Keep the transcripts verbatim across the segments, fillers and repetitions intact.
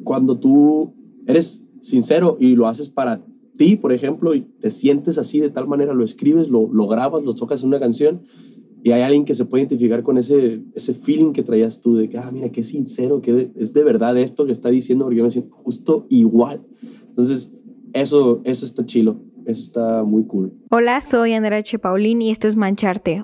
cuando tú eres sincero y lo haces para ti, por ejemplo, y te sientes así de tal manera, lo escribes, lo, lo grabas, lo tocas en una canción y hay alguien que se puede identificar con ese, ese feeling que traías tú de que, ah, mira, qué sincero, que de, es de verdad esto que está diciendo porque yo me siento justo igual. Entonces, eso, eso está chilo, eso está muy cool. Hola, soy Andrea H. Paulín y esto es Mancharte,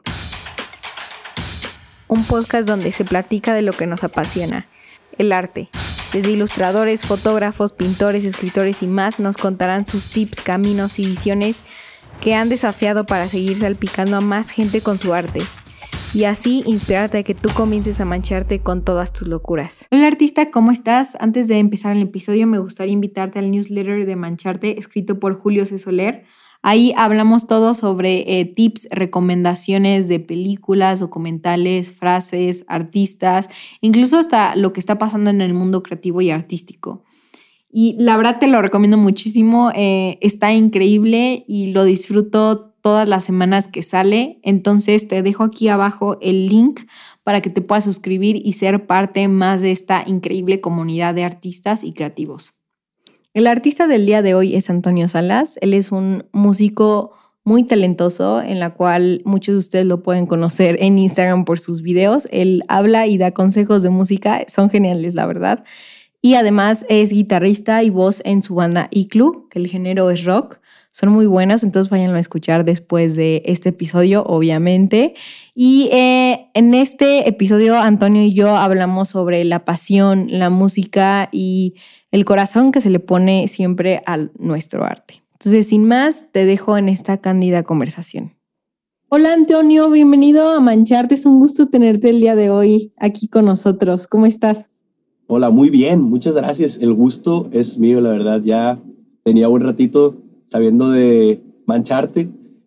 un podcast donde se platica de lo que nos apasiona, el arte. Desde ilustradores, fotógrafos, pintores, escritores y más nos contarán sus tips, caminos y visiones que han desafiado para seguir salpicando a más gente con su arte y así inspirarte a que tú comiences a mancharte con todas tus locuras. Hola artista, ¿cómo estás? Antes de empezar el episodio me gustaría invitarte al newsletter de Mancharte escrito por Julio C. Soler. Ahí hablamos todo sobre eh, tips, recomendaciones de películas, documentales, frases, artistas, incluso hasta lo que está pasando en el mundo creativo y artístico. Y la verdad te lo recomiendo muchísimo, eh, está increíble y lo disfruto todas las semanas que sale. Entonces te dejo aquí abajo el link para que te puedas suscribir y ser parte más de esta increíble comunidad de artistas y creativos. El artista del día de hoy es Antonio Salas. Él es un músico muy talentoso, en la cual muchos de ustedes lo pueden conocer en Instagram por sus videos. Él habla y da consejos de música, son geniales, la verdad. Y además es guitarrista y voz en su banda Igloo, que el género es rock. Son muy buenos, entonces váyanlo a escuchar después de este episodio, obviamente. Y eh, en este episodio, Antonio y yo hablamos sobre la pasión, la música y el corazón que se le pone siempre a nuestro arte. Entonces, sin más, te dejo en esta cándida conversación. Hola, Antonio, bienvenido a Mancharte. Es un gusto tenerte el día de hoy aquí con nosotros. ¿Cómo estás? Hola, muy bien, muchas gracias. El gusto es mío, la verdad. Ya tenía buen ratito sabiendo de Mancharte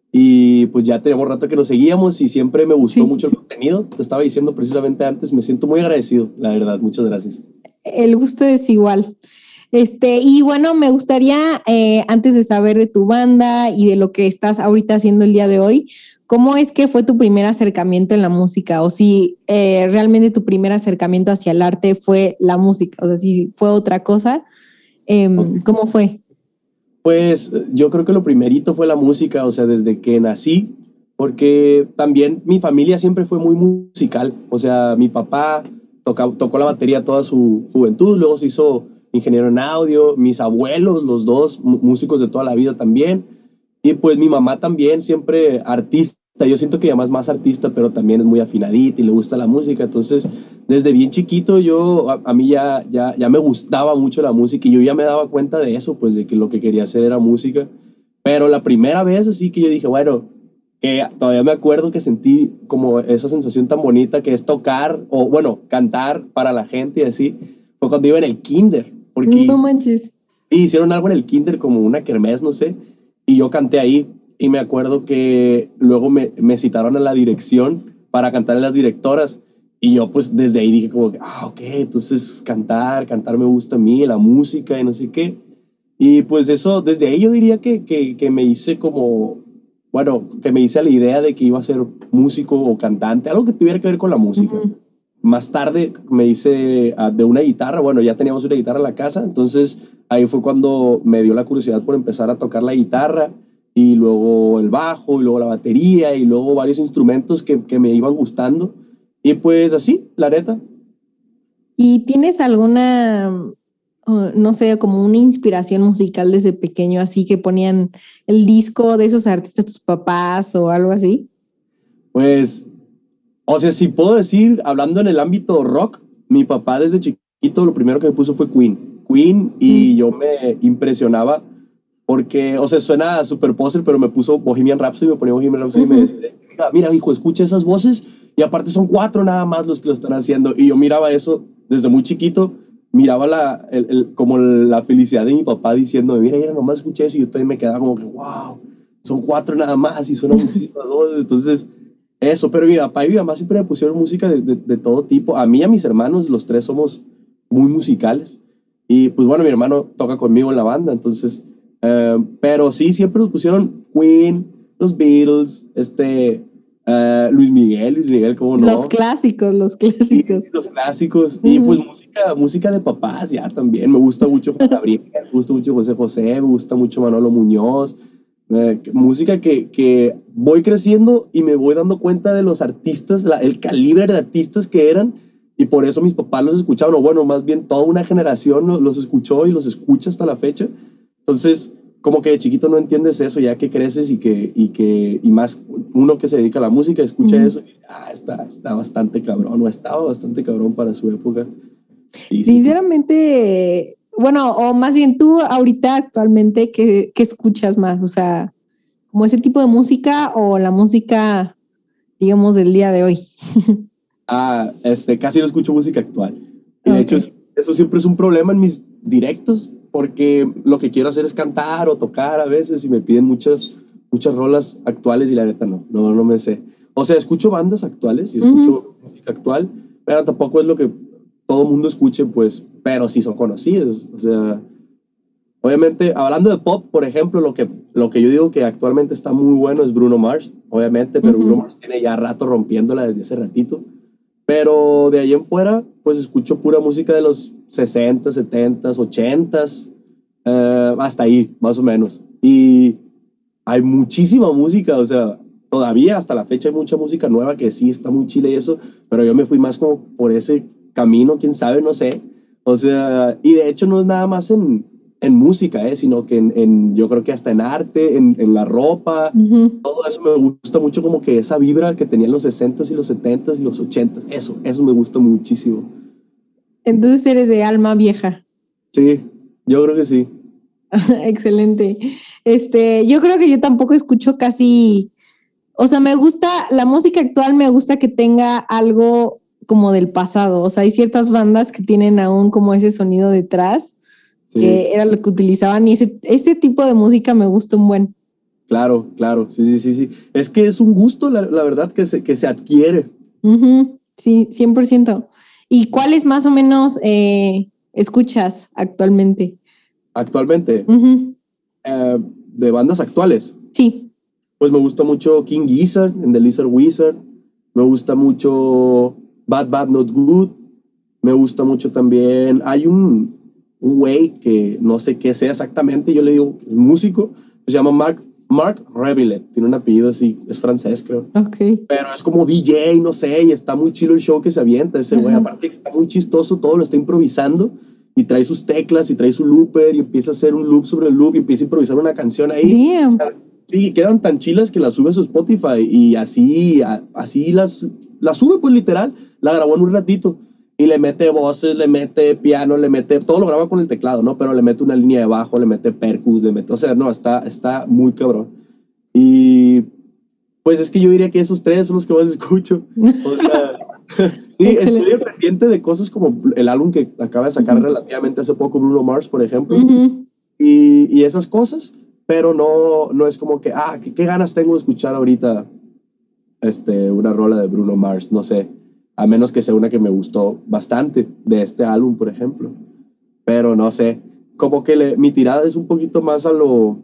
y pues ya teníamos rato que nos seguíamos y siempre me gustó sí. mucho el contenido. Te estaba diciendo precisamente antes, me siento muy agradecido, la verdad. Muchas gracias. El gusto es igual. Este, y bueno, me gustaría, eh, antes de saber de tu banda y de lo que estás ahorita haciendo el día de hoy, ¿cómo es que fue tu primer acercamiento en la música? O si eh, realmente tu primer acercamiento hacia el arte fue la música, o sea, si fue otra cosa, eh, okay. ¿Cómo fue? Pues yo creo que lo primerito fue la música, o sea, desde que nací, porque también mi familia siempre fue muy musical, o sea, mi papá toca, tocó la batería toda su juventud, luego se hizo ingeniero en audio, mis abuelos, los dos, músicos de toda la vida también, y pues mi mamá también, siempre artista. Yo siento que ella es más artista, pero también es muy afinadita y le gusta la música. Entonces, desde bien chiquito, yo, a, a mí ya, ya, ya me gustaba mucho la música y yo ya me daba cuenta de eso, pues de que lo que quería hacer era música. Pero la primera vez así que yo dije, bueno, que todavía me acuerdo que sentí como esa sensación tan bonita que es tocar, o bueno, cantar para la gente y así, fue cuando iba en el kinder. Porque no manches. Hicieron algo en el kinder, como una kermés, no sé, y yo canté ahí. Y me acuerdo que luego me, me citaron a la dirección para cantar en las directoras. Y yo pues desde ahí dije como, ah, ok, entonces cantar, cantar me gusta a mí, la música y no sé qué. Y pues eso, desde ahí yo diría que, que, que me hice como, bueno, que me hice a la idea de que iba a ser músico o cantante, algo que tuviera que ver con la música. Uh-huh. Más tarde me hice uh, de una guitarra, bueno, ya teníamos una guitarra en la casa, entonces ahí fue cuando me dio la curiosidad por empezar a tocar la guitarra. Y luego el bajo, y luego la batería, y luego varios instrumentos que, que me iban gustando. Y pues así, la neta. ¿Y tienes alguna, uh, no sé, como una inspiración musical desde pequeño, así que ponían el disco de esos artistas, tus papás o algo así? Pues, o sea, si puedo decir, hablando en el ámbito rock, mi papá desde chiquito lo primero que me puso fue Queen. Queen, y mm. yo me impresionaba porque, o sea, suena super poser, pero me puso Bohemian Rhapsody, me ponía Bohemian Rhapsody uh-huh. y me decía, mira, hijo, escucha esas voces, y aparte son cuatro nada más los que lo están haciendo. Y yo miraba eso desde muy chiquito, miraba la, el, el, como la felicidad de mi papá diciendo, mira, ya nomás escuché eso, y yo también me quedaba como que, wow, son cuatro nada más, y suenan muchísimas voces. Entonces, eso, pero mi papá y mi mamá siempre me pusieron música de, de, de todo tipo. A mí y a mis hermanos, los tres somos muy musicales. Y pues bueno, mi hermano toca conmigo en la banda, entonces... Uh, pero sí, siempre nos pusieron Queen, los Beatles, este, Uh, Luis Miguel, Luis Miguel, ¿cómo no? Los clásicos, los clásicos. Sí, los clásicos. Uh-huh. Y pues música, música de papás ya también. Me gusta mucho Juan Gabriel, me gusta mucho José José, me gusta mucho Manolo Muñoz. Eh, música que, que voy creciendo y me voy dando cuenta de los artistas, la, el calibre de artistas que eran, y por eso mis papás los escuchaban, o bueno, más bien toda una generación los, los escuchó y los escucha hasta la fecha. Entonces, como que de chiquito no entiendes eso, ya que creces y que, y que, y más uno que se dedica a la música, escucha mm. eso, y ah, está, está bastante cabrón, o estaba bastante cabrón para su época. Y, sinceramente, bueno, o más bien tú ahorita actualmente, ¿qué, qué escuchas más? O sea, ¿como ese tipo de música o la música, digamos, del día de hoy? ah, este, casi no escucho música actual. Y de okay. hecho, eso siempre es un problema en mis directos, porque lo que quiero hacer es cantar o tocar a veces y me piden muchas, muchas rolas actuales y la neta no, no, no me sé. O sea, escucho bandas actuales y escucho uh-huh. música actual, pero tampoco es lo que todo mundo escuche, pues, pero sí son conocidos. O sea, obviamente, hablando de pop, por ejemplo, lo que, lo que yo digo que actualmente está muy bueno es Bruno Mars, obviamente, pero uh-huh. Bruno Mars tiene ya rato rompiéndola desde hace ratito. Pero de ahí en fuera, pues escucho pura música de los sesenta, setenta, ochenta, eh, hasta ahí, más o menos. Y hay muchísima música, o sea, todavía hasta la fecha hay mucha música nueva que sí está muy chile y eso, pero yo me fui más como por ese camino, quién sabe, no sé. O sea, y de hecho no es nada más en, en música, eh, sino que en, en, yo creo que hasta en arte, en, en la ropa, uh-huh. todo eso me gusta mucho, como que esa vibra que tenían los sesentas y los setentas y los ochentas, eso, eso me gusta muchísimo. Entonces eres de alma vieja. Sí, yo creo que sí. Excelente. Este, yo creo que yo tampoco escucho casi, o sea, me gusta, la música actual me gusta que tenga algo como del pasado, o sea, hay ciertas bandas que tienen aún como ese sonido detrás, sí. que era lo que utilizaban, y ese, ese tipo de música me gusta un buen. Claro, claro, sí, sí, sí, sí. Es que es un gusto, la, la verdad, que se, que se adquiere. Uh-huh. Sí, cien por ciento. ¿Y cuáles más o menos eh, escuchas actualmente? Actualmente, uh-huh. eh, de bandas actuales. Sí. Pues me gusta mucho King Gizzard, en The Lizard Wizard. Me gusta mucho Bad Bad Not Good. Me gusta mucho también. Hay un un güey que no sé qué sea exactamente. Yo le digo músico. Se llama Mark, Mark Rebillet. Tiene un apellido así. Es francés, creo. Okay. Pero es como D J, no sé. Y está muy chido el show que se avienta ese güey. Uh-huh. Aparte que está muy chistoso. Todo lo está improvisando. Y trae sus teclas y trae su looper. Y empieza a hacer un loop sobre el loop. Y empieza a improvisar una canción ahí. Damn. Sí, quedan tan chilas que las sube a su Spotify y así, a, así las, las sube, pues literal, la grabó en un ratito y le mete voces, le mete piano, le mete, todo lo graba con el teclado, ¿no? Pero le mete una línea de bajo, le mete percus, le mete, o sea, no, está, está muy cabrón. Y pues es que yo diría que esos tres son los que más escucho. O sea, sí, estoy pendiente de cosas como el álbum que acaba de sacar uh-huh. relativamente hace poco, Bruno Mars, por ejemplo, uh-huh. y, y esas cosas. Pero no, no es como que, ah, ¿qué, qué ganas tengo de escuchar ahorita este, una rola de Bruno Mars, no sé, a menos que sea una que me gustó bastante de este álbum, por ejemplo. Pero no sé, como que le, mi tirada es un poquito más a lo,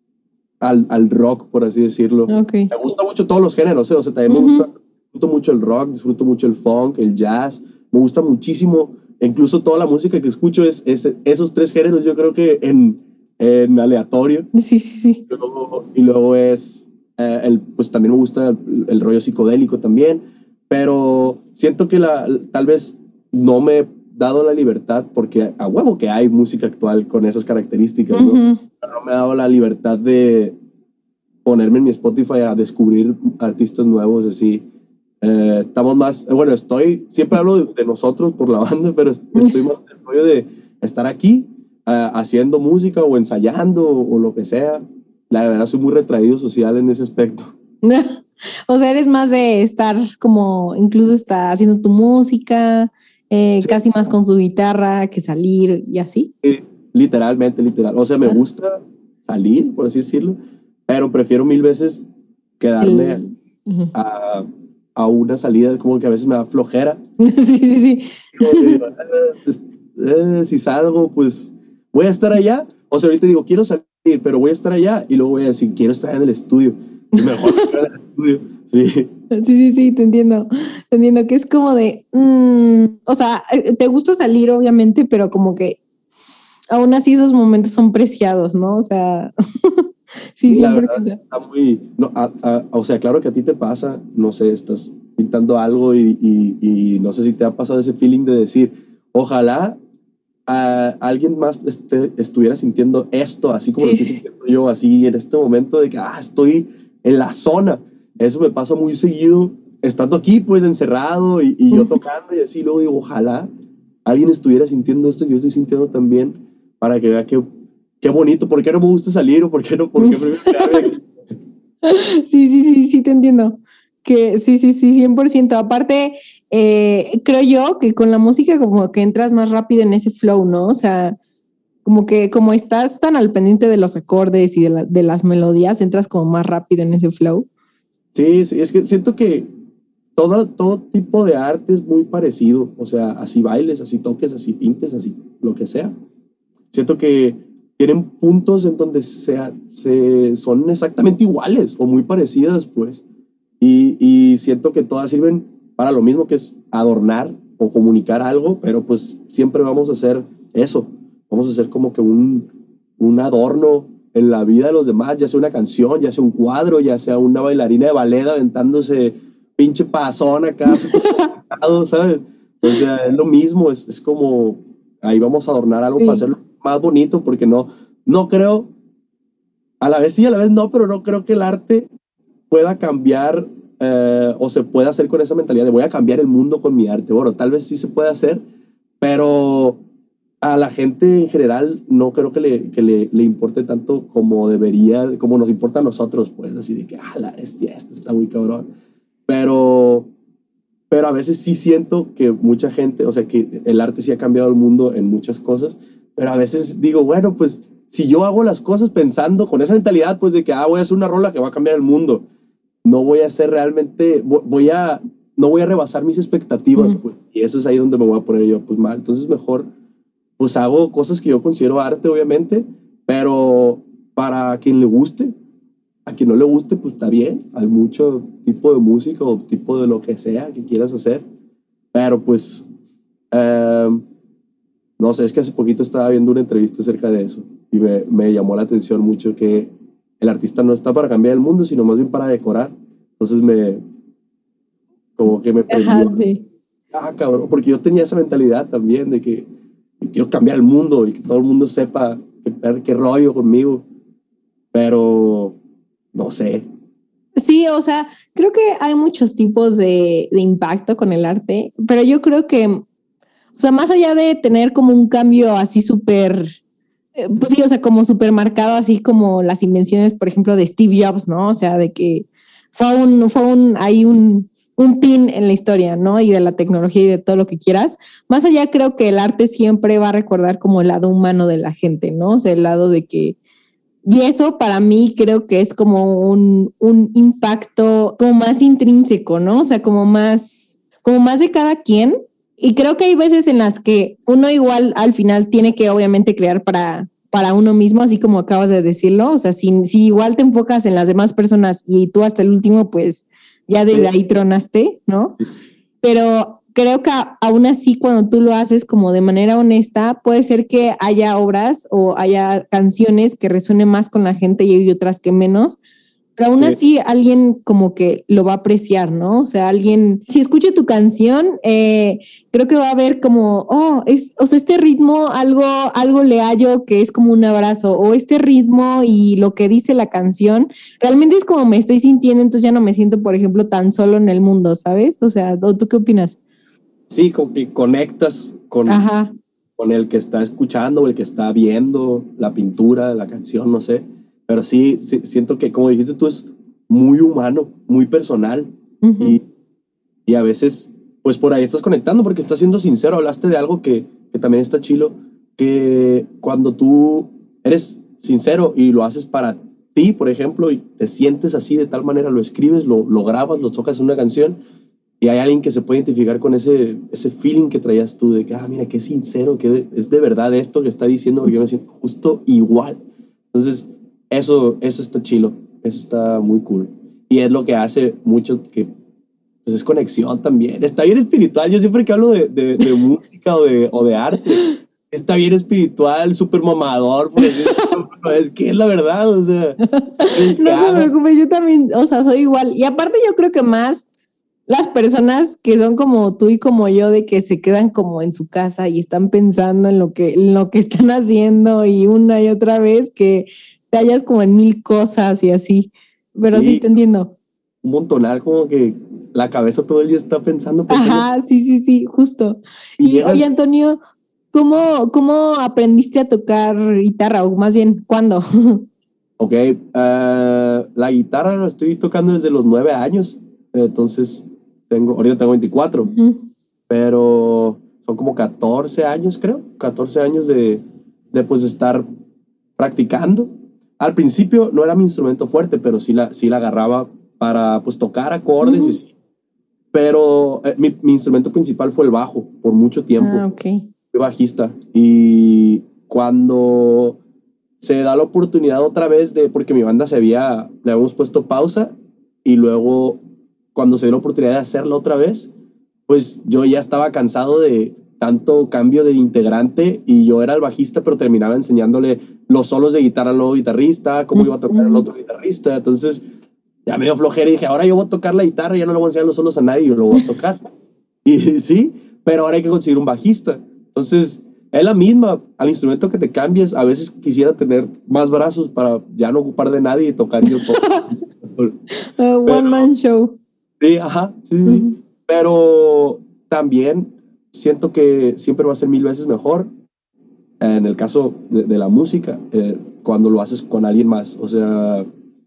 al, al rock, por así decirlo. Okay. Me gusta mucho todos los géneros, ¿eh? O sea, también uh-huh. me gusta, disfruto mucho el rock, disfruto mucho el funk, el jazz, me gusta muchísimo, incluso toda la música que escucho es, es esos tres géneros, yo creo que en... en aleatorio. Sí, sí, sí. Y luego, y luego es, eh, el, pues también me gusta el, el rollo psicodélico también, pero siento que la, tal vez no me he dado la libertad, porque a huevo que hay música actual con esas características, uh-huh. ¿no? Pero no me he dado la libertad de ponerme en mi Spotify a descubrir artistas nuevos, así. Eh, estamos más, bueno, estoy, siempre hablo de, de nosotros por la banda, pero estoy más en el rollo de estar aquí, Uh, haciendo música o ensayando o, o lo que sea. La verdad soy muy retraído social en ese aspecto. O sea, eres más de estar como, incluso está haciendo tu música, eh, sí. casi más con tu guitarra que salir y así. Sí, literalmente, literal. O sea, me gusta salir, por así decirlo, pero prefiero mil veces quedarme El... uh-huh. a, a una salida, como que a veces me da flojera. Sí, sí, sí. Que, eh, si salgo, pues voy a estar allá, o sea, ahorita digo, quiero salir, pero voy a estar allá, y luego voy a decir, quiero estar en el estudio, y mejor estar en el estudio, sí. Sí, sí, sí, te entiendo. Te entiendo que es como de, mm, o sea, te gusta salir obviamente, pero como que aún así esos momentos son preciados, ¿no? O sea, sí, Y la verdad cien por ciento. está muy, no, a- a- o sea, claro que a ti te pasa, no sé, estás pintando algo y, y- y no sé si te ha pasado ese feeling de decir, ojalá a alguien más este, estuviera sintiendo esto, así como lo Sí, estoy sí. sintiendo yo, así en este momento de que, ah, estoy en la zona. Eso me pasa muy seguido, estando aquí, pues, encerrado y, y yo tocando y así, luego digo, ojalá alguien estuviera sintiendo esto que yo estoy sintiendo también, para que vea que, qué bonito, por qué no me gusta salir o por qué no, por qué prefiero quedarme aquí. Sí, sí, sí, sí, te entiendo. Que sí, sí, sí, cien por ciento. Aparte, eh, creo yo que con la música como que entras más rápido en ese flow, ¿no? O sea, como que como estás tan al pendiente de los acordes y de, la, de las melodías, entras como más rápido en ese flow. Sí, sí, es que siento que todo, todo tipo de arte es muy parecido, o sea, así bailes, así toques, así pintes, así lo que sea. Siento que tienen puntos en donde sea, se, son exactamente iguales o muy parecidas, pues. Y, y siento que todas sirven para lo mismo, que es adornar o comunicar algo, pero pues siempre vamos a hacer eso. Vamos a hacer como que un, un adorno en la vida de los demás, ya sea una canción, ya sea un cuadro, ya sea una bailarina de ballet aventándose pinche pasón acá, súper complicado, ¿sabes? O sea, es lo mismo, es, es como ahí vamos a adornar algo para Sí. hacerlo más bonito, porque no, no creo, a la vez sí, a la vez no, pero no creo que el arte pueda cambiar eh, o se pueda hacer con esa mentalidad de voy a cambiar el mundo con mi arte. Bueno, tal vez sí se puede hacer, pero a la gente en general no creo que le, que le, le importe tanto como debería, como nos importa a nosotros, pues, así de que, ah, la bestia, esto está muy cabrón. Pero, pero a veces sí siento que mucha gente, o sea, que el arte sí ha cambiado el mundo en muchas cosas, pero a veces digo, bueno, pues si yo hago las cosas pensando con esa mentalidad, pues de que, ah, voy a hacer una rola que va a cambiar el mundo, no voy a ser realmente, voy a, no voy a rebasar mis expectativas, Mm. pues, y eso es ahí donde me voy a poner yo, pues mal. Entonces mejor, pues hago cosas que yo considero arte, obviamente, pero para quien le guste, a quien no le guste, pues está bien. Hay mucho tipo de música o tipo de lo que sea que quieras hacer, pero pues, eh, no sé, es que hace poquito estaba viendo una entrevista acerca de eso y me, me llamó la atención mucho que el artista no está para cambiar el mundo, sino más bien para decorar. Entonces me, como que me Ajá, prendió. sí. Ah, cabrón, porque yo tenía esa mentalidad también de que quiero cambiar el mundo y que todo el mundo sepa qué, qué rollo conmigo, pero no sé. Sí, o sea, creo que hay muchos tipos de, de impacto con el arte, pero yo creo que, o sea, más allá de tener como un cambio así súper, eh, pues sí, o sea, como súper marcado, así como las invenciones, por ejemplo, de Steve Jobs, ¿no? O sea, de que fue un, fue un, hay un, un pin en la historia, ¿no? Y de la tecnología y de todo lo que quieras. Más allá, creo que el arte siempre va a recordar como el lado humano de la gente, ¿no? O sea, el lado de que y eso para mí creo que es como un, un impacto como más intrínseco, ¿no? O sea, como más, como más de cada quien. Y creo que hay veces en las que uno igual al final tiene que obviamente crear para, para uno mismo, así como acabas de decirlo. O sea, si, si igual te enfocas en las demás personas y tú hasta el último, pues ya desde Sí, ahí tronaste, ¿no? Pero creo que aún así cuando tú lo haces como de manera honesta, puede ser que haya obras o haya canciones que resuenen más con la gente y hay otras que menos, pero aún sí, así alguien como que lo va a apreciar, ¿no? O sea, alguien, si escucha tu canción, eh, creo que va a ver como, oh, es, o sea, este ritmo, algo, algo le hallo que es como un abrazo, o este ritmo y lo que dice la canción, realmente es como me estoy sintiendo, entonces ya no me siento, por ejemplo, tan solo en el mundo, ¿sabes? O sea, ¿tú qué opinas? sí, como que conectas con, Ajá. con el que está escuchando o el que está viendo la pintura, la canción, no sé. Pero sí, sí, siento que, como dijiste tú, es muy humano, muy personal. Y, Uh-huh. y a veces, pues por ahí estás conectando porque estás siendo sincero. Hablaste de algo que, que también está chilo, que cuando tú eres sincero y lo haces para ti, por ejemplo, y te sientes así de tal manera, lo escribes, lo, lo grabas, lo tocas en una canción y hay alguien que se puede identificar con ese, ese feeling que traías tú de que, ah, mira, qué sincero, que de, es de verdad esto que está diciendo porque yo me siento justo igual. Entonces, eso, eso está chilo, eso está muy cool. Y es lo que hace mucho que pues es conexión también. Está bien espiritual. Yo siempre que hablo de, de, de música o de, o de arte, está bien espiritual, súper mamador. Pues, es, es que es la verdad, o sea. No te preocupes, yo también, o sea, soy igual. Y aparte yo creo que más las personas que son como tú y como yo, de que se quedan como en su casa y están pensando en lo que, en lo que están haciendo y una y otra vez, que te hallas como en mil cosas y así. Pero sí, sí te entiendo. Un montonal, como que la cabeza todo el día está pensando. pensando. Ajá, sí, sí, sí, justo. Y, y llegas... oye, Antonio, ¿cómo, ¿cómo aprendiste a tocar guitarra? O más bien, ¿cuándo? Ok, uh, la guitarra la estoy tocando desde los nueve años. Entonces, tengo, ahorita tengo veinticuatro, uh-huh. Pero son como catorce años, creo. catorce años de, de pues estar practicando. Al principio no era mi instrumento fuerte, pero sí la, sí la agarraba para pues tocar acordes. Uh-huh. Y, pero eh, mi, mi instrumento principal fue el bajo por mucho tiempo. Ah, okay. Fui bajista. Y cuando se da la oportunidad otra vez de, porque mi banda se había, le habíamos puesto pausa, y luego cuando se dio la oportunidad de hacerla otra vez, pues yo ya estaba cansado de tanto cambio de integrante, y yo era el bajista, pero terminaba enseñándole los solos de guitarra al nuevo guitarrista, cómo iba a tocar el otro guitarrista. Entonces ya me dio flojera y dije, ahora yo voy a tocar la guitarra, ya no le voy a enseñar los solos a nadie, yo lo voy a tocar. Y sí, pero ahora hay que conseguir un bajista. Entonces es la misma, al instrumento que te cambies. A veces quisiera tener más brazos para ya no ocupar de nadie y tocar yo todo. uh, one man show. Sí, ajá, sí, sí. Uh-huh. Pero también siento que siempre va a ser mil veces mejor en el caso de, de la música, eh, cuando lo haces con alguien más. O sea,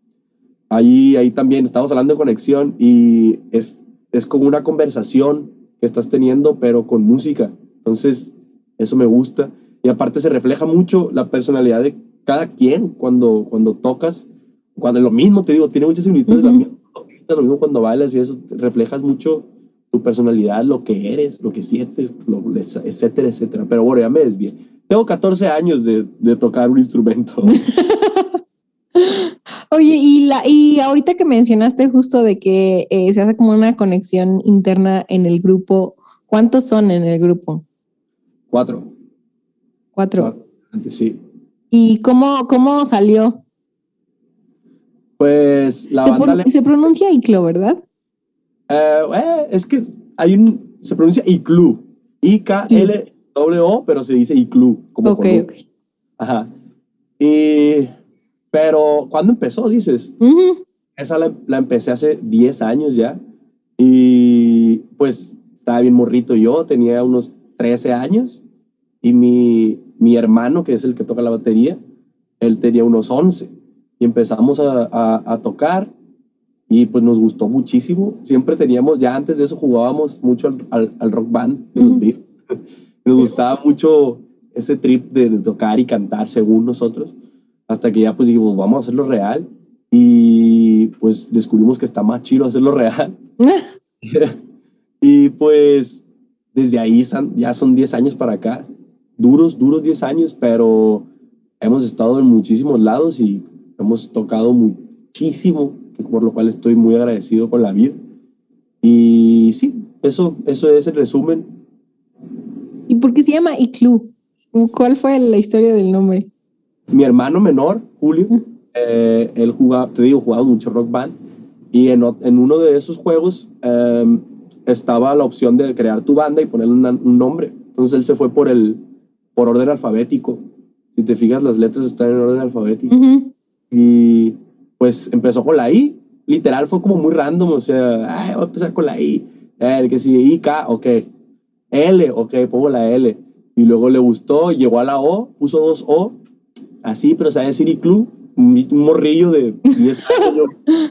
ahí, ahí también estamos hablando de conexión, y es, es como una conversación que estás teniendo, pero con música. Entonces, eso me gusta. Y aparte se refleja mucho la personalidad de cada quien cuando, cuando tocas. Cuando lo mismo, te digo, tiene muchas similitudes. Uh-huh. Lo mismo cuando bailas y eso, reflejas mucho tu personalidad, lo que eres, lo que sientes, lo, etcétera, etcétera. Pero bueno, ya me desvié. Tengo catorce años de, de tocar un instrumento. Oye, y, la, y ahorita que mencionaste justo de que eh, se hace como una conexión interna en el grupo, ¿cuántos son en el grupo? Cuatro. Cuatro. Cuatro, sí. ¿Y cómo, cómo salió? Pues la se banda... Por, le... Se pronuncia Iclo, ¿verdad? Uh, eh, es que hay un... Se pronuncia Iclu. I K L W O, pero se dice Iclu. Como ok, ok. Ajá. Y... Pero, ¿cuándo empezó, dices? Uh-huh. Esa la, la empecé hace diez años ya. Y pues estaba bien morrito yo, tenía unos trece años. Y mi, mi hermano, que es el que toca la batería, él tenía unos once. Y empezamos a, a, a tocar, y pues nos gustó muchísimo. Siempre teníamos, ya antes de eso jugábamos mucho al, al, al rock band. Uh-huh. Nos gustaba mucho ese trip de, de tocar y cantar según nosotros. Hasta que ya pues dijimos, vamos a hacerlo real. Y pues descubrimos que está más chido hacerlo real. Y pues desde ahí son, ya son diez años para acá. Duros, duros diez años, pero hemos estado en muchísimos lados y hemos tocado muchísimo, por lo cual estoy muy agradecido con la vida. Y sí, eso, eso es el resumen. ¿Y por qué se llama Iclu? ¿Cuál fue la historia del nombre? Mi hermano menor, Julio, uh-huh. eh, él jugaba, te digo, jugaba mucho rock band, y en, en uno de esos juegos eh, estaba la opción de crear tu banda y ponerle una, un nombre. Entonces él se fue por, el, por orden alfabético. Si te fijas, las letras están en orden alfabético. Uh-huh. Y pues empezó con la I. Literal fue como muy random, o sea, ay, voy a empezar con la I. Eh, que sí, I, K, ok. L, ok, pongo la L. Y luego le gustó, llegó a la O, puso dos O. Así, pero sabe decir Iclu, un, un morrillo de diez años.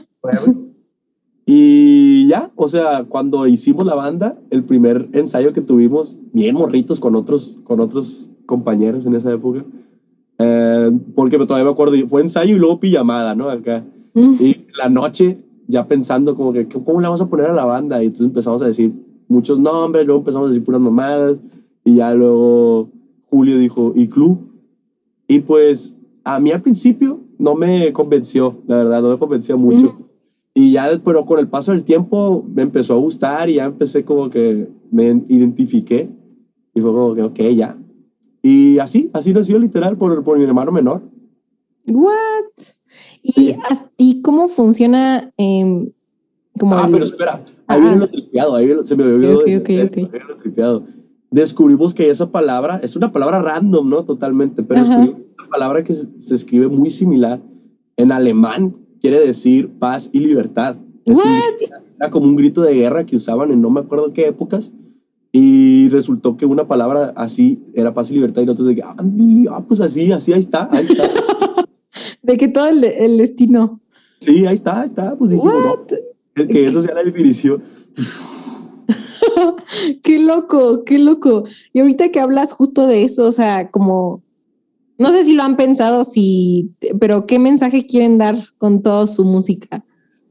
Y ya, o sea, cuando hicimos la banda, el primer ensayo que tuvimos, bien morritos con otros, con otros compañeros en esa época, eh, porque todavía me acuerdo, fue ensayo y luego pijamada, ¿no? Acá. Y la noche, ya pensando como que, ¿cómo le vamos a poner a la banda? Y entonces empezamos a decir muchos nombres, luego empezamos a decir puras mamadas, y ya luego Julio dijo Iclu. Y pues a mí al principio no me convenció, la verdad, no me convenció mucho. Uh-huh. Y ya, pero con el paso del tiempo me empezó a gustar y ya empecé como que me identifiqué y fue como que, ok, ya. Y así, así nació literal por, por mi hermano menor. What? ¿Y, Sí. ¿y cómo funciona? Eh, como ah, el... pero espera, ahí viene lo tripeado, ahí viene, se me olvidó Ok, decir ok, esto, ok. ahí viene lo tripeado. Descubrimos que esa palabra es una palabra random, ¿no? Totalmente, pero Ajá. descubrimos una palabra que se, se escribe muy similar. En alemán quiere decir paz y libertad. Es un- What? era como un grito de guerra que usaban en no me acuerdo qué épocas. Y resultó que una palabra así era paz y libertad. Y nosotros de que, ah, Andy, ah, pues así, así, ahí está, ahí está. De que todo el, el destino. Sí, ahí está, ahí está. Pues dijimos, no, What? que, que eso sea la definición. Qué loco, qué loco. Y ahorita que hablas justo de eso, o sea, como, no sé si lo han pensado, si, pero ¿qué mensaje quieren dar con toda su música?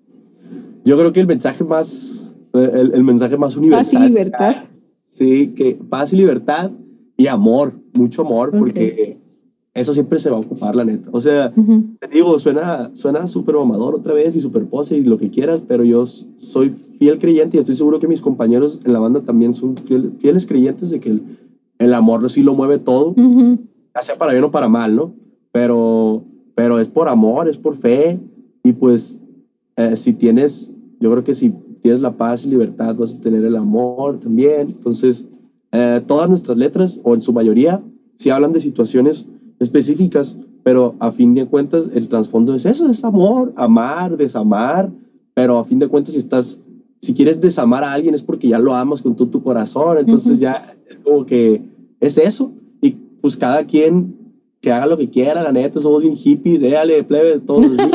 Yo creo que el mensaje más, el, el mensaje más universal. Paz y libertad. Sí, que paz y libertad y amor, mucho amor, Ok. porque eso siempre se va a ocupar, la neta. O sea, Ujú. te digo, suena suena súper mamador otra vez y súper pose y lo que quieras, pero yo s- soy fiel creyente y estoy seguro que mis compañeros en la banda también son fiel- fieles creyentes de que el, el amor sí lo mueve todo, Ujú. ya sea para bien o para mal, ¿no? Pero, pero es por amor, es por fe y pues eh, si tienes, yo creo que si tienes la paz y libertad vas a tener el amor también. Entonces, eh, todas nuestras letras, o en su mayoría, sí hablan de situaciones específicas, pero a fin de cuentas el trasfondo es eso, es amor, amar, desamar, pero a fin de cuentas si estás, si quieres desamar a alguien es porque ya lo amas con todo tu corazón, entonces Ujú. ya es como que es eso, y pues cada quien que haga lo que quiera, la neta, somos bien hippies, déjale, plebes, todos así.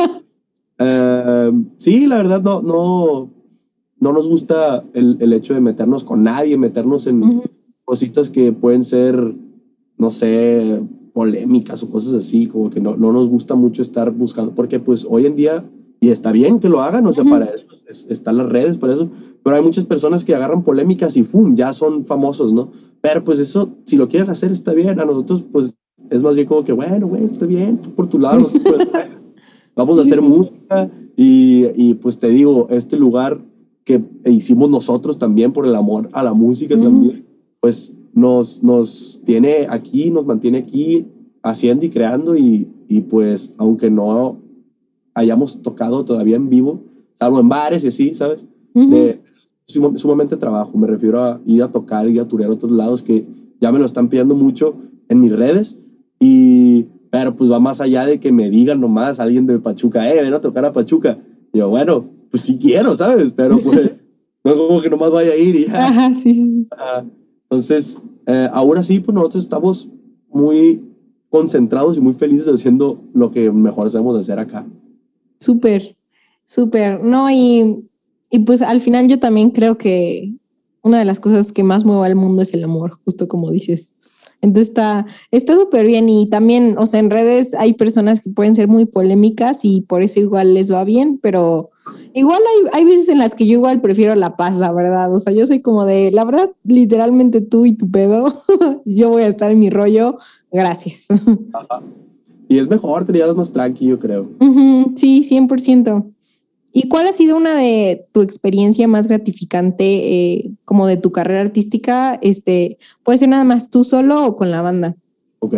Eh, sí, la verdad no, no, no nos gusta el, el hecho de meternos con nadie, meternos en Ujú. cositas que pueden ser, no sé, polémicas o cosas así, como que no, no nos gusta mucho estar buscando, porque pues hoy en día, y está bien que lo hagan, o sea, Ujú. para eso es- están las redes, para eso, pero hay muchas personas que agarran polémicas y ¡fum! Ya son famosos, ¿no? Pero pues eso, si lo quieren hacer, está bien, a nosotros pues es más bien como que, bueno, güey, está bien, tú por tu lado, nosotros por el nuestro. Vamos a Sí, hacer sí. música y, y pues te digo, este lugar que hicimos nosotros también por el amor a la música Ujú. también, pues nos, nos tiene aquí, nos mantiene aquí haciendo y creando y, y pues aunque no hayamos tocado todavía en vivo, salvo en bares y así, ¿sabes? Ujú. De sum- sumamente trabajo, me refiero a ir a tocar, ir a turear a otros lados que ya me lo están pidiendo mucho en mis redes y pero pues va más allá de que me digan nomás alguien de Pachuca, eh, ven a tocar a Pachuca. Y yo, bueno, pues sí quiero, ¿sabes? Pero pues no es como que nomás vaya a ir y ya. Ajá, sí, sí, sí. Ah, entonces, eh, ahora sí, pues nosotros estamos muy concentrados y muy felices haciendo lo que mejor sabemos hacer acá. Súper, súper. No, y, y pues al final yo también creo que una de las cosas que más mueve al mundo es el amor, justo como dices. Entonces está está súper bien y también, o sea, en redes hay personas que pueden ser muy polémicas y por eso igual les va bien, pero igual hay, hay veces en las que yo igual prefiero la paz, la verdad. O sea, yo soy como de, la verdad, literalmente tú y tu pedo, yo voy a estar en mi rollo, gracias. Ajá. Y es mejor, te llevas más tranqui, yo creo. Ujú, sí, cien por ciento. ¿Y cuál ha sido una de tu experiencia más gratificante, eh, como de tu carrera artística? Este, puede ser nada más tú solo o con la banda. Ok.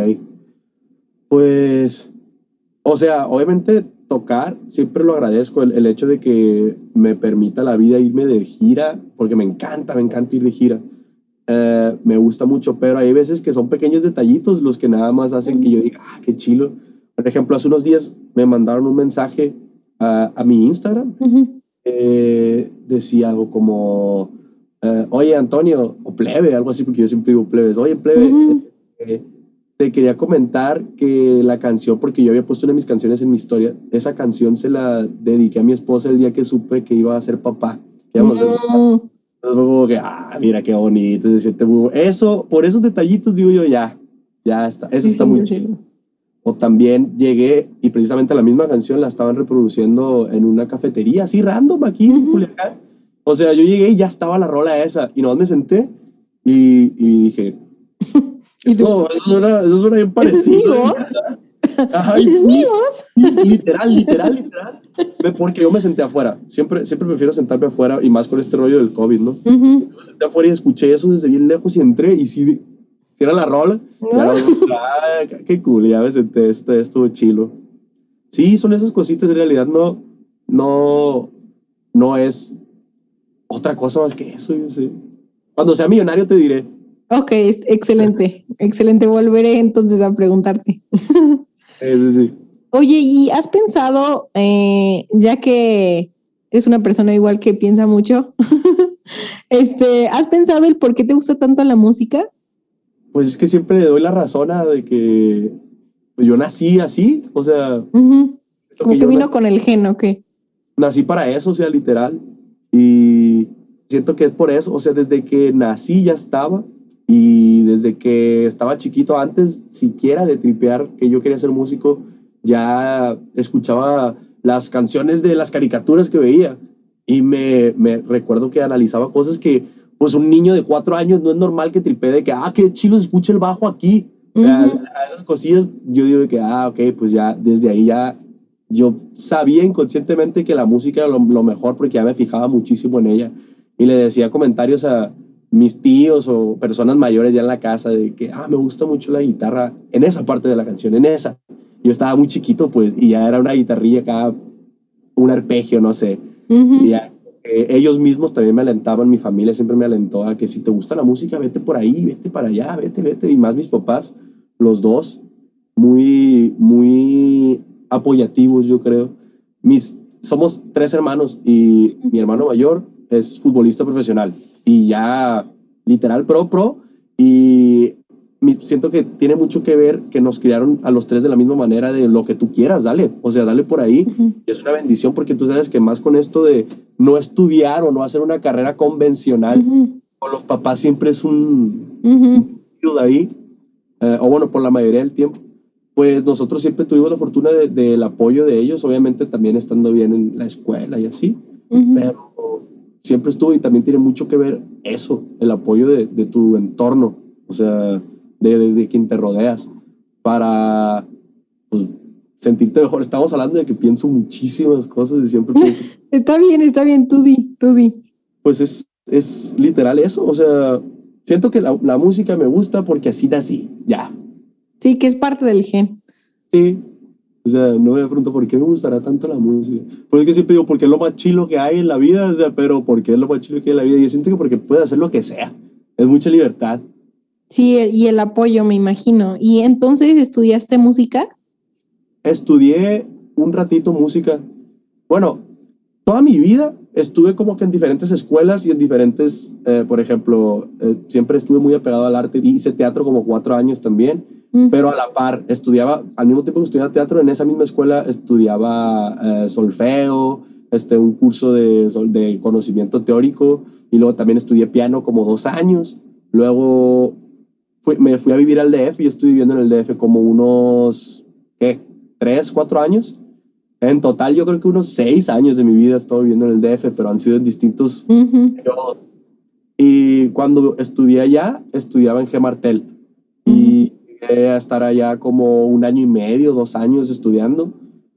Pues, o sea, obviamente tocar, siempre lo agradezco, el, el hecho de que me permita la vida irme de gira, porque me encanta, me encanta ir de gira. Eh, me gusta mucho, pero hay veces que son pequeños detallitos los que nada más hacen que yo diga, ah, qué chilo. Por ejemplo, hace unos días me mandaron un mensaje a, a mi Instagram. Ujú. Eh, decía algo como, eh, oye Antonio, o plebe, algo así, porque yo siempre digo plebes, oye plebe, Ujú. eh, te quería comentar que la canción, porque yo había puesto una de mis canciones en mi historia, esa canción se la dediqué a mi esposa el día que supe que iba a ser papá, que íbamos a ser papá. No. Entonces fue como que, ah, mira qué bonito, se siente muy... Eso, por esos detallitos digo yo, ya, ya está, eso Sí, está sí, muy sí, chido. sí. O también llegué y precisamente la misma canción la estaban reproduciendo en una cafetería, así random aquí en Ujú. Culiacán. O sea, yo llegué y ya estaba la rola esa y nomás me senté y, y dije, ¿Y tú? eso, eso, suena, eso suena bien ¿Esa es mi parecido. voz? Ajá, y ¿Esa es mi sí, voz? sí, literal, literal, literal. Porque yo me senté afuera. Siempre, siempre prefiero sentarme afuera y más con este rollo del COVID, ¿no? Uh-huh. Yo me senté afuera y escuché eso desde bien lejos y entré y sí, sí era la rola. ¿No? Y era, ah, qué cool, ya me senté, esto estuvo chilo. Sí, son esas cositas, en realidad no, no, no es otra cosa más que eso, yo sé. Cuando sea millonario te diré. Ok, excelente, excelente. Volveré entonces a preguntarte. Sí, sí. Oye, ¿y has pensado, eh, ya que eres una persona igual que piensa mucho, este, ¿has pensado el por qué te gusta tanto la música? Pues es que siempre le doy la razón a de que pues yo nací así, o sea... Uh-huh. Como que, que vino nací, con el gen, ¿o qué? Nací para eso, o sea, literal. Y siento que es por eso, o sea, desde que nací ya estaba y desde que estaba chiquito, antes siquiera de tripear que yo quería ser músico, ya escuchaba las canciones de las caricaturas que veía y me, me recuerdo que analizaba cosas que pues un niño de cuatro años no es normal que tripee de que, ah, qué chido escucha el bajo aquí. O sea, uh-huh. A esas cosillas yo digo que, ah, ok, pues ya desde ahí ya yo sabía inconscientemente que la música era lo, lo mejor porque ya me fijaba muchísimo en ella y le decía comentarios a mis tíos o personas mayores ya en la casa de que, ah, me gusta mucho la guitarra en esa parte de la canción, en esa. Yo estaba muy chiquito, pues, y ya era una guitarrilla acá, un arpegio, no sé. Uh-huh. Y ya, eh, ellos mismos también me alentaban, mi familia siempre me alentó a que si te gusta la música, vete por ahí, vete para allá, vete, vete. Y más mis papás, los dos, muy, muy apoyativos, yo creo. Mis, somos tres hermanos y mi hermano mayor es futbolista profesional y ya literal pro, pro. Y mi, siento que tiene mucho que ver que nos criaron a los tres de la misma manera de lo que tú quieras, dale, o sea, dale por ahí. Uh-huh. Es una bendición porque tú sabes que más con esto de no estudiar o no hacer una carrera convencional, uh-huh. con los papás siempre es un uh-huh. de ahí, eh, o bueno, por la mayoría del tiempo, pues nosotros siempre tuvimos la fortuna de, del apoyo de ellos, obviamente también estando bien en la escuela y así, uh-huh. pero siempre estuvo y también tiene mucho que ver eso, el apoyo de, de tu entorno, o sea, de, de, de quien te rodeas, para pues, sentirte mejor. Estamos hablando de que pienso muchísimas cosas y siempre pienso... Está bien, está bien, tú di, tú di. Pues es, es literal eso, o sea, siento que la, la música me gusta porque así nací, ya. Sí, que es parte del gen. Sí, o sea, no me pregunto por qué me gustará tanto la música. Porque es que siempre digo, porque es lo más chilo que hay en la vida, o sea, pero ¿por qué es lo más chilo que hay en la vida? Yo siento que porque puedes hacer lo que sea, es mucha libertad. Sí, y el apoyo, me imagino. ¿Y entonces estudiaste música? Estudié un ratito música. Bueno, toda mi vida estuve como que en diferentes escuelas y en diferentes, eh, por ejemplo, eh, siempre estuve muy apegado al arte. Hice teatro como cuatro años también, mm. pero a la par estudiaba, al mismo tiempo que estudiaba teatro, en esa misma escuela estudiaba eh, solfeo, este, un curso de, de conocimiento teórico y luego también estudié piano como dos años. Luego fui, me fui a vivir al D F y estuve viviendo en el D F como unos, ¿qué? Tres, cuatro años. En total, yo creo que unos seis años de mi vida he estado viviendo en el D F, pero han sido en distintos uh-huh. periodos. Y cuando estudié allá, estudiaba en G. Martel. Uh-huh. Y llegué a estar allá como un año y medio, dos años estudiando.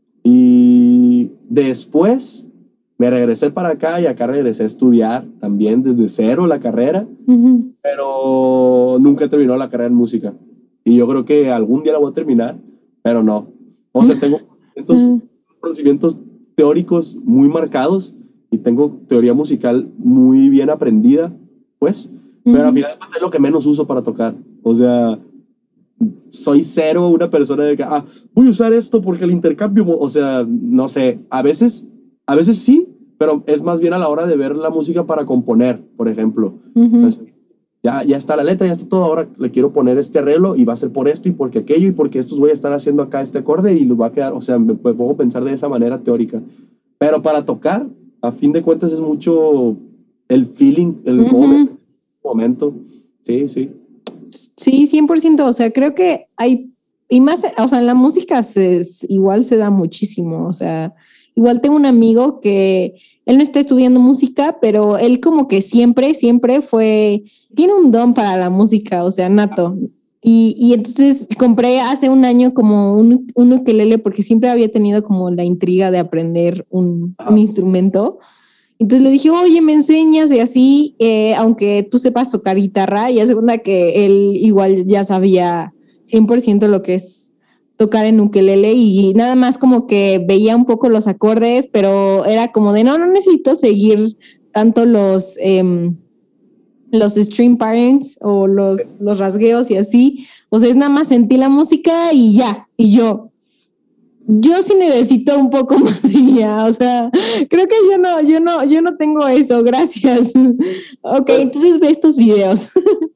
Y después me regresé para acá y acá regresé a estudiar también desde cero la carrera. Uh-huh. Pero nunca terminó la carrera en música. Y yo creo que algún día la voy a terminar, pero no. O sea, tengo entonces, uh-huh. conocimientos teóricos muy marcados y tengo teoría musical muy bien aprendida, pues, uh-huh. pero al final es lo que menos uso para tocar. O sea, soy cero una persona de que, ah, voy a usar esto porque el intercambio, o sea, no sé, a veces, a veces sí, pero es más bien a la hora de ver la música para componer, por ejemplo. Uh-huh. Entonces, Ya, ya está la letra, ya está todo, ahora le quiero poner este arreglo y va a ser por esto y porque aquello y porque estos voy a estar haciendo acá este acorde y lo va a quedar, o sea, me, me pongo a pensar de esa manera teórica. Pero para tocar, a fin de cuentas es mucho el feeling, el uh-huh. momento. Sí, sí. Sí, cien por ciento, o sea, creo que hay, y más, o sea, en la música se, igual se da muchísimo, o sea, igual tengo un amigo que él no está estudiando música, pero él como que siempre, siempre fue... Tiene un don para la música, o sea, nato. Y, y entonces compré hace un año como un, un ukelele porque siempre había tenido como la intriga de aprender un, un instrumento. Entonces le dije, oye, ¿me enseñas? Y así, eh, aunque tú sepas tocar guitarra, y a segunda que él igual ya sabía cien por ciento lo que es tocar en ukelele y nada más como que veía un poco los acordes, pero era como de, no, no necesito seguir tanto los... Eh, los string patterns o los, los rasgueos y así, o sea, es nada más sentí la música y ya, y yo, yo sí necesito un poco más y ya, o sea, creo que yo no, yo no, yo no tengo eso, gracias. Ok, entonces ve estos videos.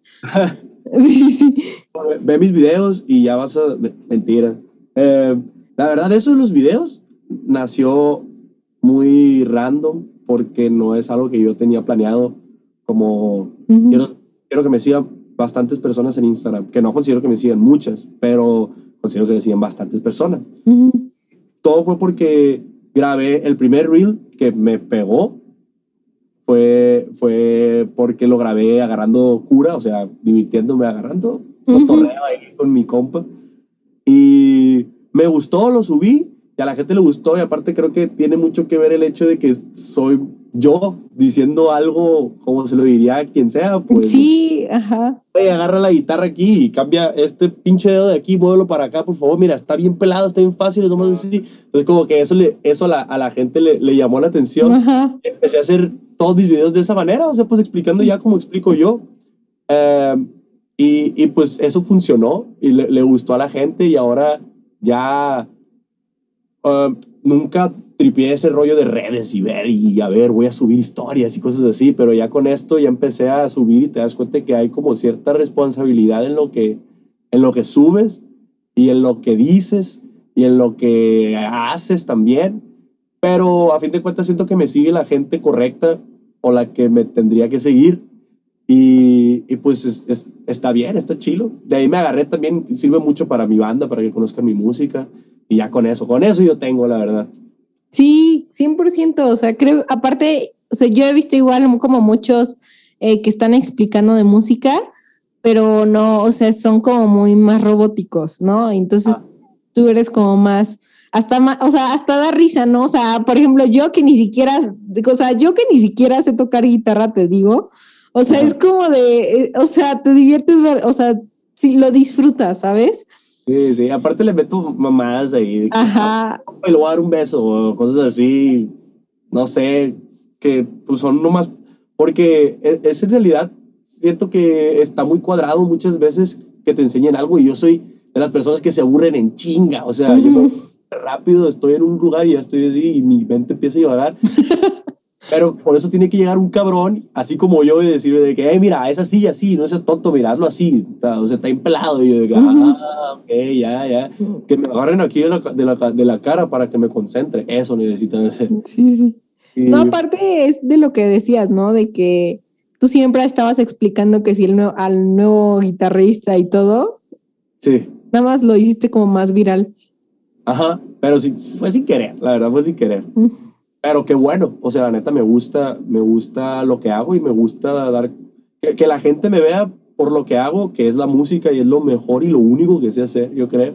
Sí, sí. Ve mis videos y ya vas a... Mentira. Eh, la verdad, eso de los videos nació muy random porque no es algo que yo tenía planeado. Como uh-huh. quiero, quiero que me sigan bastantes personas en Instagram, que no considero que me sigan muchas, pero considero que me siguen bastantes personas. Uh-huh. Todo fue porque grabé el primer reel que me pegó, fue, fue porque lo grabé agarrando cura, o sea, divirtiéndome agarrando, uh-huh. cotorreo ahí con mi compa. Y me gustó, lo subí, y a la gente le gustó, y aparte creo que tiene mucho que ver el hecho de que soy yo diciendo algo como se lo diría a quien sea, pues. Sí, ajá. Oye, agarra la guitarra aquí y cambia este pinche dedo de aquí, muévelo para acá, por favor. Mira, está bien pelado, está bien fácil, nomás así. Entonces, como que eso, le, eso a, la, a la gente le, le llamó la atención. Ajá. Empecé a hacer todos mis videos de esa manera, o sea, pues explicando ya como explico yo. Uh, y, y pues eso funcionó y le, le gustó a la gente y ahora ya uh, nunca tripié ese rollo de redes y ver y a ver, voy a subir historias y cosas así, pero ya con esto ya empecé a subir y te das cuenta que hay como cierta responsabilidad en lo que, en lo que subes y en lo que dices y en lo que haces también, pero a fin de cuentas siento que me sigue la gente correcta o la que me tendría que seguir y, y pues es, es, está bien, está chilo. De ahí me agarré también, sirve mucho para mi banda, para que conozcan mi música y ya con eso, con eso yo tengo la verdad. Sí, cien por ciento, o sea, creo, aparte, o sea, yo he visto igual como muchos eh, que están explicando de música, pero no, o sea, son como muy más robóticos, ¿no? Entonces ah. tú eres como más, hasta más, o sea, hasta da risa, ¿no? O sea, por ejemplo, yo que ni siquiera, o sea, yo que ni siquiera sé tocar guitarra, te digo, o sea, uh-huh. es como de, o sea, te diviertes, o sea, sí, lo disfrutas, ¿sabes? Sí, sí, aparte le meto mamadas ahí. De que, ajá. Le voy a dar un beso o cosas así, no sé, que pues son nomás, porque es en realidad, siento que está muy cuadrado muchas veces que te enseñen algo y yo soy de las personas que se aburren en chinga, o sea, uh-huh. yo me, rápido estoy en un lugar y ya estoy así y mi mente empieza a divagar. Pero por eso tiene que llegar un cabrón, así como yo, y decirme de que, hey, mira, es así, así, no seas tonto, mirarlo así, o sea, está empelado. Y yo de que, uh-huh. ah, ok, ya, ya. Uh-huh. Que me agarren aquí de la, de, la, de la cara para que me concentre. Eso necesitan hacer. Sí, sí. Y... No, aparte es de lo que decías, ¿no? De que tú siempre estabas explicando que si el nuevo, al nuevo guitarrista y todo. Sí. Nada más lo hiciste como más viral. Ajá, pero sí, fue sin querer, la verdad fue sin querer. Uh-huh. Pero qué bueno, o sea, la neta me gusta, me gusta lo que hago y me gusta dar, que, que la gente me vea por lo que hago, que es la música y es lo mejor y lo único que sé hacer, yo creo.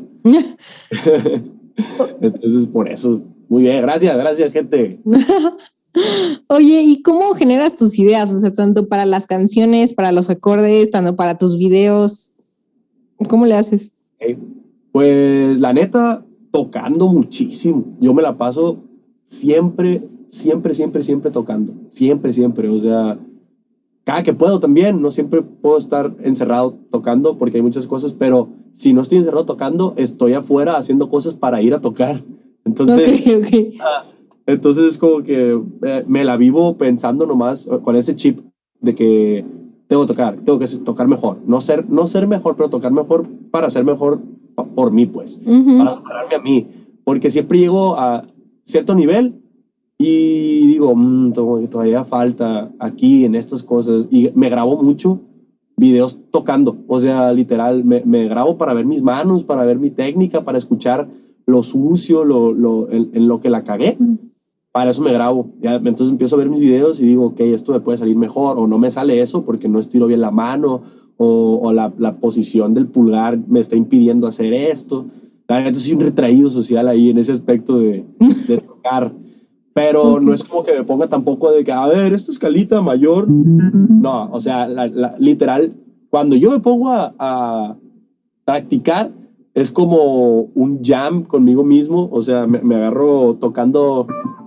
Entonces, por eso, muy bien, gracias, gracias, gente. Oye, ¿y cómo generas tus ideas? O sea, tanto para las canciones, para los acordes, tanto para tus videos, ¿cómo le haces? Okay. Pues, la neta, tocando muchísimo, yo me la paso siempre, siempre, siempre, siempre tocando. Siempre, siempre. O sea, cada que puedo también. No siempre puedo estar encerrado tocando porque hay muchas cosas, pero si no estoy encerrado tocando, estoy afuera haciendo cosas para ir a tocar. Entonces, okay, okay. Ah, entonces es como que eh, me la vivo pensando nomás con ese chip de que tengo que tocar, tengo que tocar mejor. No ser, no ser mejor, pero tocar mejor para ser mejor por mí, pues. Uh-huh. Para superarme a mí. Porque siempre llego a cierto nivel y digo, mmm, todavía falta aquí en estas cosas, y me grabo mucho videos tocando, o sea, literal, me, me grabo para ver mis manos, para ver mi técnica, para escuchar lo sucio, lo, lo, en, en lo que la cagué, mm. para eso me grabo, ya, entonces empiezo a ver mis videos y digo, ok, esto me puede salir mejor, o no me sale eso porque no estiro bien la mano, o, o la, la posición del pulgar me está impidiendo hacer esto. La neta soy un retraído social ahí en ese aspecto de, de tocar. Pero no es como que me ponga tampoco de que, a ver, esta escalita mayor. No, o sea, la, la, literal, cuando yo me pongo a, a practicar, es como un jam conmigo mismo. O sea, me, me agarro tocando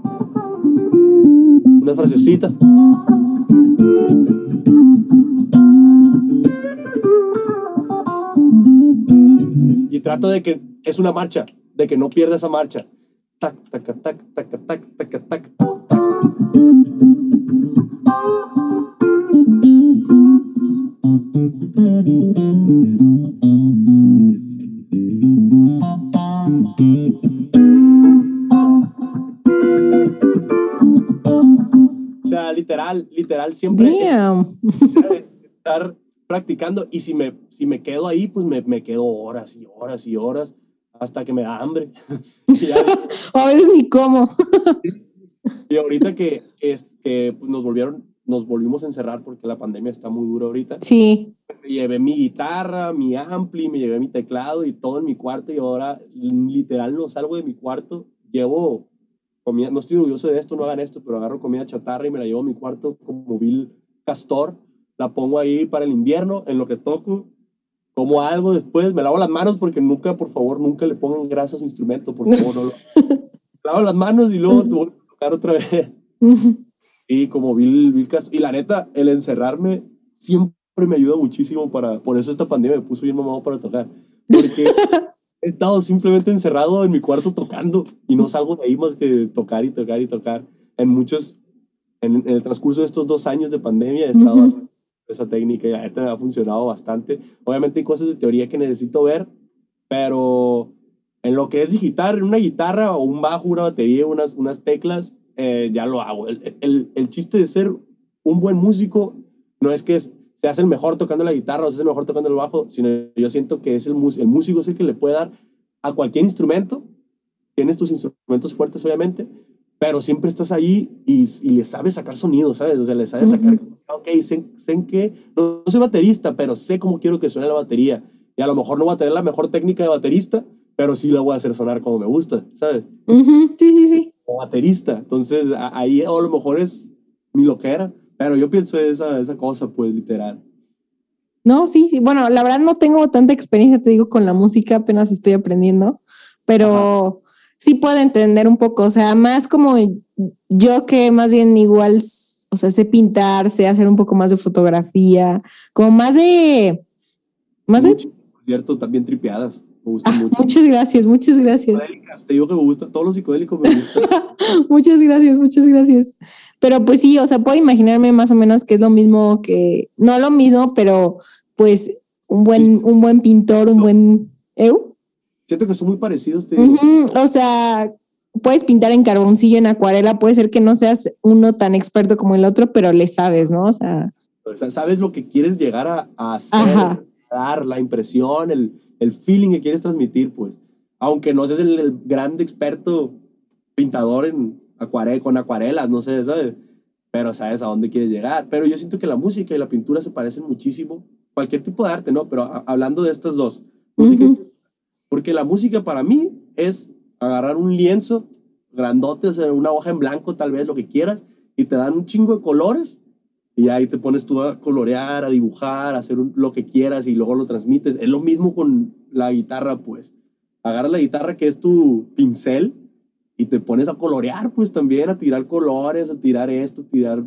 unas frasecitas. Y trato de que es una marcha, de que no pierda esa marcha. Tac, tac, tac, tac, tac, tac, tac, tac, tac. O sea, literal, literal, siempre es estar practicando, y si me, si me quedo ahí, pues me, me quedo horas y horas y horas hasta que me da hambre. Y ya, a veces ni como. y ahorita que, que, que pues nos volvieron, nos volvimos a encerrar porque la pandemia está muy dura ahorita. Sí. Me llevé mi guitarra, mi ampli, me llevé mi teclado y todo en mi cuarto, y ahora literal no salgo de mi cuarto. Llevo comida, no estoy orgulloso de esto, no hagan esto, pero agarro comida chatarra y me la llevo a mi cuarto como vil castor. La pongo ahí para el invierno, en lo que toco, como algo después, me lavo las manos porque nunca, por favor, nunca le pongan grasa a su instrumento, por favor, no lo... lavo las manos y luego te voy a tocar otra vez. Y como vil, vil castor. Y la neta, el encerrarme siempre me ayuda muchísimo para... Por eso esta pandemia me puso bien mamado para tocar. Porque he estado simplemente encerrado en mi cuarto tocando y no salgo de ahí más que tocar y tocar y tocar. En muchos... En, en el transcurso de estos dos años de pandemia he estado... Uh-huh. Esa técnica y la neta me ha funcionado bastante. Obviamente hay cosas de teoría que necesito ver, pero en lo que es digitar, en una guitarra o un bajo, una batería, unas, unas teclas, eh, ya lo hago. El, el, el chiste de ser un buen músico no es que es, se hace el mejor tocando la guitarra o se hace el mejor tocando el bajo, sino yo siento que es el, el músico es el que le puede dar a cualquier instrumento. Tienes tus instrumentos fuertes, obviamente, pero siempre estás ahí y, y le sabes sacar sonido, ¿sabes? O sea, le sabes sacar... Uh-huh. Ok, sé, sé en qué... No, no soy baterista, pero sé cómo quiero que suene la batería. Y a lo mejor no voy a tener la mejor técnica de baterista, pero sí la voy a hacer sonar como me gusta, ¿sabes? Uh-huh. Sí, sí, sí. Como baterista. Entonces, a, ahí a lo mejor es mi loquera, pero yo pienso esa, esa cosa, pues, literal. No, sí, sí. Bueno, la verdad no tengo tanta experiencia, te digo, con la música, apenas estoy aprendiendo, pero... Ajá. Sí puedo entender un poco, o sea, más como yo que más bien igual, o sea, sé pintar, sé hacer un poco más de fotografía, como más de... Más de... Por cierto, también tripeadas, me gustan ah, mucho. Muchas gracias, muchas gracias. Te digo que me gustan, todos los psicodélicos me gustan. Muchas gracias, muchas gracias. Pero pues sí, o sea, puedo imaginarme más o menos que es lo mismo que, no lo mismo, pero pues un buen, un buen pintor, un buen... ¿Eu? Siento que son muy parecidos. Te digo. Uh-huh. O sea, puedes pintar en carboncillo, en acuarela, puede ser que no seas uno tan experto como el otro, pero le sabes, ¿no? O sea, o sea sabes lo que quieres llegar a, a hacer, Ajá. dar la impresión, el, el feeling que quieres transmitir, pues. Aunque no seas el, el gran experto pintador en acuarela, con acuarelas, no sé, ¿sabes? Pero sabes a dónde quieres llegar. Pero yo siento que la música y la pintura se parecen muchísimo. Cualquier tipo de arte, ¿no? Pero a, hablando de estas dos, música uh-huh. y porque la música para mí es agarrar un lienzo grandote, o sea, una hoja en blanco, tal vez, lo que quieras, y te dan un chingo de colores, y ahí te pones tú a colorear, a dibujar, a hacer un, lo que quieras, y luego lo transmites. Es lo mismo con la guitarra, pues. Agarras la guitarra, que es tu pincel, y te pones a colorear, pues, también, a tirar colores, a tirar esto, tirar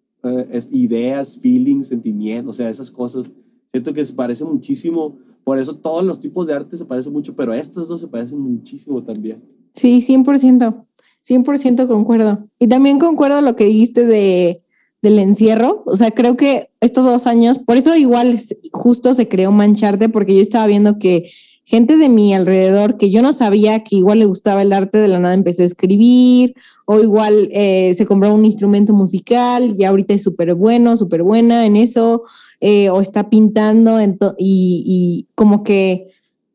eh, ideas, feelings, sentimientos, o sea, esas cosas. Siento que se parece muchísimo. Por eso todos los tipos de arte se parecen mucho, pero estas dos se parecen muchísimo también. Sí, cien por ciento. cien por ciento concuerdo. Y también concuerdo lo que dijiste de, del encierro. O sea, creo que estos dos años, por eso igual justo se creó Mancharte, porque yo estaba viendo que gente de mi alrededor que yo no sabía que igual le gustaba el arte, de la nada empezó a escribir, o igual eh, se compró un instrumento musical y ahorita es súper bueno, súper buena en eso. Eh, o está pintando ento- y, y como que,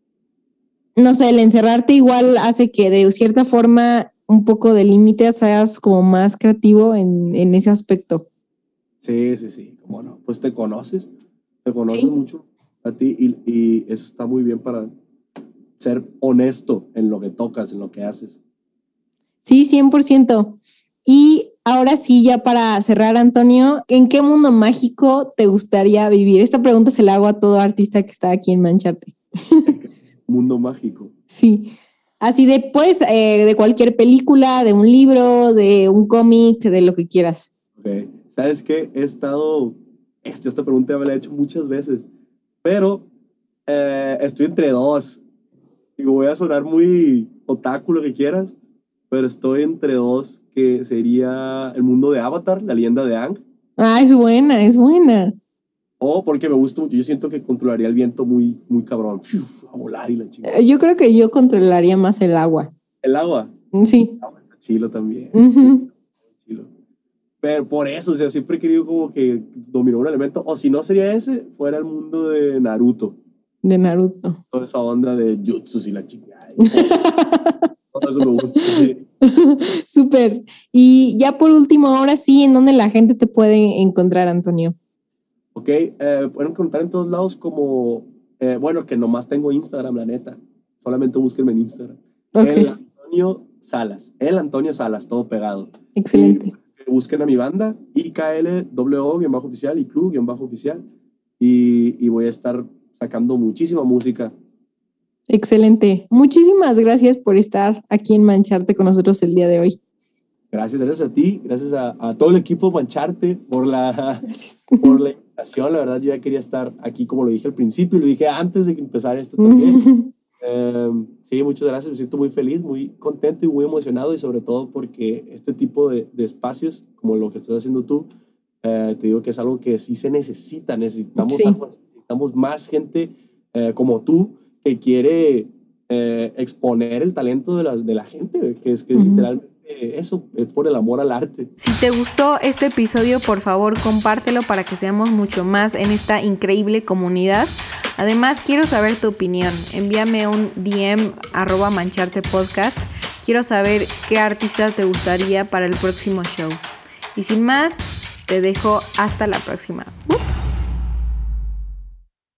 no sé, el encerrarte igual hace que de cierta forma un poco de límite seas como más creativo en, en ese aspecto. Sí, sí, sí, cómo no. Pues te conoces, te conoces Sí. mucho a ti y, y eso está muy bien para ser honesto en lo que tocas, en lo que haces. Sí, cien por ciento. Y ahora sí, ya para cerrar, Antonio, ¿en qué mundo mágico te gustaría vivir? Esta pregunta se la hago a todo artista que está aquí en Mancharte. Mundo mágico. Sí. Así de, pues, eh, de cualquier película, de un libro, de un cómic, de lo que quieras. Okay. ¿Sabes qué? He estado... Este, esta pregunta me la he hecho muchas veces, pero eh, estoy entre dos. Digo, voy a sonar muy otaku, lo que quieras, pero estoy entre dos, que sería el mundo de Avatar, la leyenda de Aang, Ah, es buena, es buena. o porque me gusta mucho, yo siento que controlaría el viento muy, muy cabrón, ¡fiu! A volar y la chingada. Yo creo que yo controlaría más el agua. El agua. Sí. El agua está chilo también. Uh-huh. Chilo. Pero por eso, o sea, siempre he querido como que dominar un elemento, o si no sería ese, fuera el mundo de Naruto. De Naruto. Toda esa onda de jutsus y la chingada. Todo eso me gusta. Sí. Súper. Y ya por último, ahora sí, ¿en dónde la gente te puede encontrar, Antonio? Ok, eh, pueden encontrar en todos lados como, eh, bueno, que nomás tengo Instagram, la neta. Solamente búsquenme en Instagram. Okay. El Antonio Salas. El Antonio Salas, todo pegado. Excelente. Y busquen a mi banda, I K L W O-oficial y Club-oficial. Y, y voy a estar sacando muchísima música. Excelente. Muchísimas gracias por estar aquí en Mancharte con nosotros el día de hoy. Gracias, gracias a ti, gracias a, a todo el equipo Mancharte por la, Gracias. por la invitación. La verdad, yo ya quería estar aquí, como lo dije al principio, y lo dije antes de que empezara esto también. eh, sí, muchas gracias, me siento muy feliz, muy contento y muy emocionado, y sobre todo porque este tipo de, de espacios, como lo que estás haciendo tú, eh, te digo que es algo que sí se necesita, necesitamos, Sí. algo, necesitamos más gente eh, como tú, que quiere eh, exponer el talento de la, de la gente, que es que uh-huh. literalmente eso, es por el amor al arte. Si te gustó este episodio, por favor, compártelo para que seamos mucho más en esta increíble comunidad. Además, quiero saber tu opinión. Envíame un D M arroba Mancharte Podcast. Quiero saber qué artista te gustaría para el próximo show. Y sin más, te dejo hasta la próxima. Uh.